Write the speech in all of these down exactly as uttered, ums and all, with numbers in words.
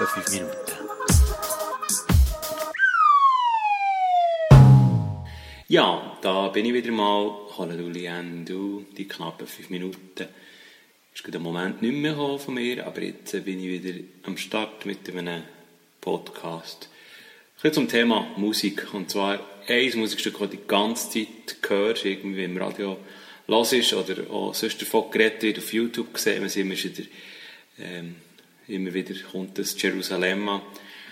fünf Minuten. Ja, da bin ich wieder mal. Halleluja, du, die knappen fünf Minuten. Ist gerade ein Moment nicht mehr gekommen von mir, aber jetzt bin ich wieder am Start mit einem Podcast. Ein bisschen zum Thema Musik. Und zwar ein Musikstück, das die ganze Zeit hörst, irgendwie im Radio los ist oder auch sonst davon geredet wird, auf YouTube gesehen, man sieht immer wieder, ähm, immer wieder kommt das Jerusalem an.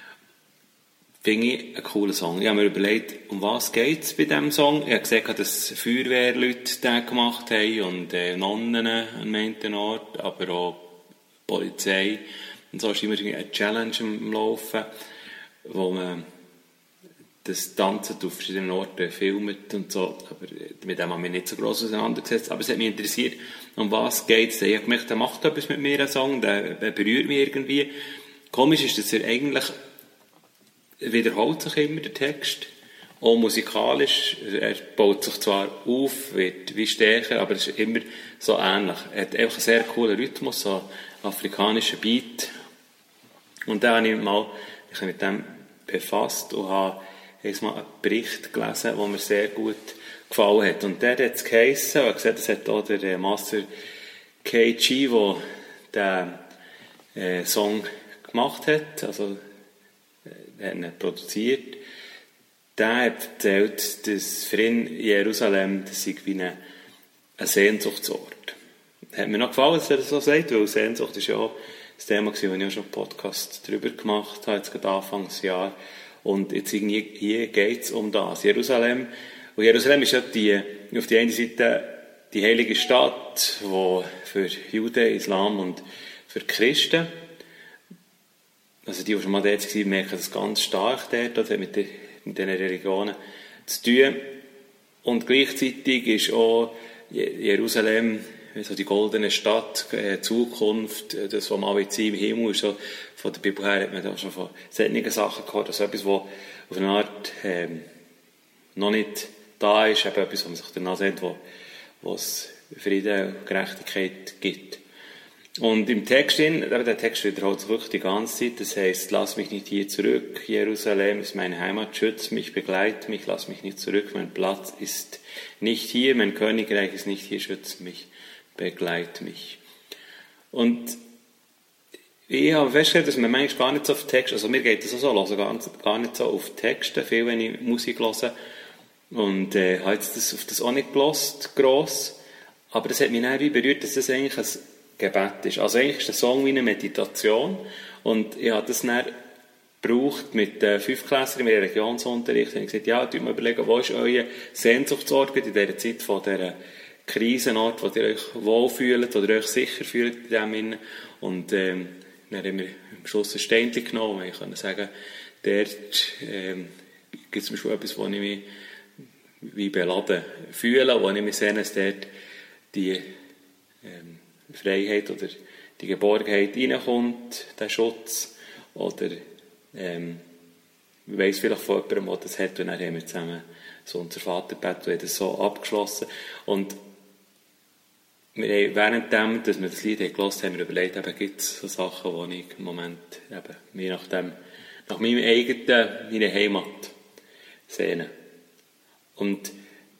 Finde ich einen coolen Song. Ich habe mir überlegt, um was geht es bei diesem Song. Ich habe gesehen, dass Feuerwehrleute den gemacht haben und äh, Nonnen an einem Ort, aber auch Polizei. Und so ist immer eine Challenge am Laufen, wo man das Tanzen auf verschiedenen Orten filmt und so. Aber mit dem habe ich mich nicht so gross auseinandergesetzt. Aber es hat mich interessiert, um was geht es. Ich habe gemerkt, der macht etwas mit mir, ein Song, der, der berührt mich irgendwie. Komisch ist, dass er eigentlich wiederholt sich immer, der Text. Auch musikalisch. Er baut sich zwar auf, wird wie stärker, aber es ist immer so ähnlich. Er hat einfach einen sehr coolen Rhythmus, so einen afrikanischen Beat. Und dann habe ich mal ich habe mit dem befasst und habe mal einen Bericht gelesen, der mir sehr gut gefallen hat. Und der hat es geheissen, ich habe gesehen, das hat auch der Master K G, der den äh, Song gemacht hat, also er hat ihn produziert, der hat erzählt, dass für ihn Jerusalem das sei wie ein, ein Sehnsuchtsort. Hat mir noch gefallen, dass er das so sagt, weil Sehnsucht ist ja auch das Thema gewesen, wo ich auch schon einen Podcast darüber gemacht habe, jetzt gerade Anfangsjahr. Und jetzt irgendwie, hier geht es um das, Jerusalem. Und Jerusalem ist ja die, auf der einen Seite die heilige Stadt, die für Juden, Islam und für Christen, also die, die schon mal dort waren, merken das ganz stark dort, das hat mit, den, mit diesen Religionen zu tun. Und gleichzeitig ist auch Jerusalem, so die goldene Stadt, äh, Zukunft, das, was mal jetzt im Himmel ist, so, von der Bibel her hat man da schon von solchen Sachen gehört, also etwas, was auf eine Art ähm, noch nicht da ist, eben etwas, was man sich danach sieht, wo, wo es Frieden und Gerechtigkeit gibt. Und im Text, der Text wiederholt sich wirklich die ganze Zeit, das heisst, lass mich nicht hier zurück, Jerusalem ist meine Heimat, schütz mich, begleite mich, lass mich nicht zurück, mein Platz ist nicht hier, mein Königreich ist nicht hier, schütz mich, begleite mich. Und ich habe festgestellt, dass man manchmal gar nicht so auf Text, also mir geht das auch so, also gar, gar nicht so auf Texte, viel, wenn ich Musik höre. Und äh, habe jetzt das, auf das auch nicht gehört, gross. Aber das hat mich dann wie berührt, dass das eigentlich ein Gebet ist. Also eigentlich ist der Song wie eine Meditation. Und ich habe das dann gebraucht mit den Fünftklässlern im Religionsunterricht. Und ich habe gesagt, ja, tut mal überlegen, wo ist euer Sehnsuchtsort in dieser Zeit von dieser Krisenort, wo ihr euch wohlfühlt oder euch sicher fühlt in dem Sinne. Und ähm, dann haben wir am Schluss ein Steinchen genommen, und ich kann sagen, dort ähm, gibt es zum Beispiel etwas, wo ich mich wie beladen fühle, wo ich mich sehe, dass dort die ähm, Freiheit oder die Geborgenheit reinkommt, der Schutz, oder ähm, ich weiss vielleicht von jemandem, der das hat, und dann haben wir zusammen so unser Vaterbett, und haben das so abgeschlossen. Und wir haben währenddem, dass wir das Lied gehört haben, wir überlegt, eben, gibt es so Sachen, die ich im Moment eben, mir nach, dem, nach meinem eigenen, meiner Heimat sehne. Und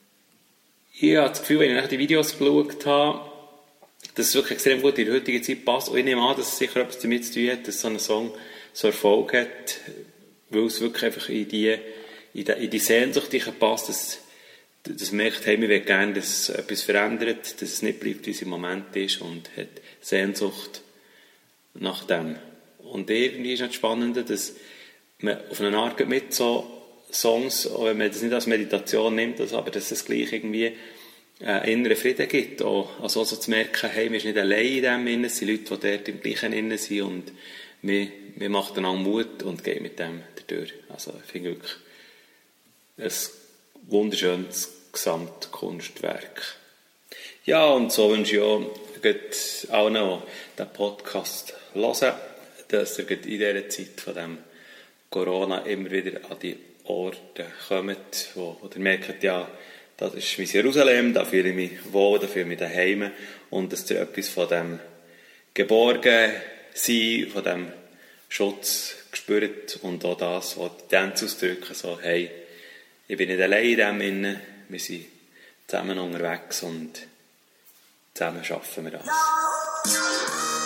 ich habe das Gefühl, wenn ich nach die Videos geschaut habe, dass es wirklich extrem gut in die heutige Zeit passt. Und ich nehme an, dass es sicher etwas damit zu tun hat, dass so ein Song so Erfolg hat, weil es wirklich einfach in die, in die, in die Sehnsucht passt, dass das merkt, hey, wir wollen gerne, dass etwas verändert, dass es nicht bleibt, wie es im Moment ist, und hat Sehnsucht nach dem. Und irgendwie ist es spannend, dass man auf eine Art mit so Songs, auch wenn man das nicht als Meditation nimmt, aber dass es gleich irgendwie einen inneren Frieden gibt. Auch, also, also zu merken, hey, wir sind nicht allein in dem Innen, es sind Leute, die dort im gleichen Innen sind, und wir, wir machen einander Mut und gehen mit dem durch. Also ich finde wirklich ein wunderschönes Gesamtkunstwerk. Ja, und so wünsche ich auch allen, die den Podcast hören, dass ihr in dieser Zeit von dem Corona immer wieder an die Orte kommt, wo, wo ihr merkt, ja, das ist mein Jerusalem, da fühle ich mich wohl, da fühle ich mich daheim, und dass ihr etwas von dem Geborgensein, von dem Schutz gespürt und auch das, was die Tänze ausdrücken, so, hey, ich bin nicht allein in dem Innen, wir sind zusammen unterwegs und zusammen schaffen wir das.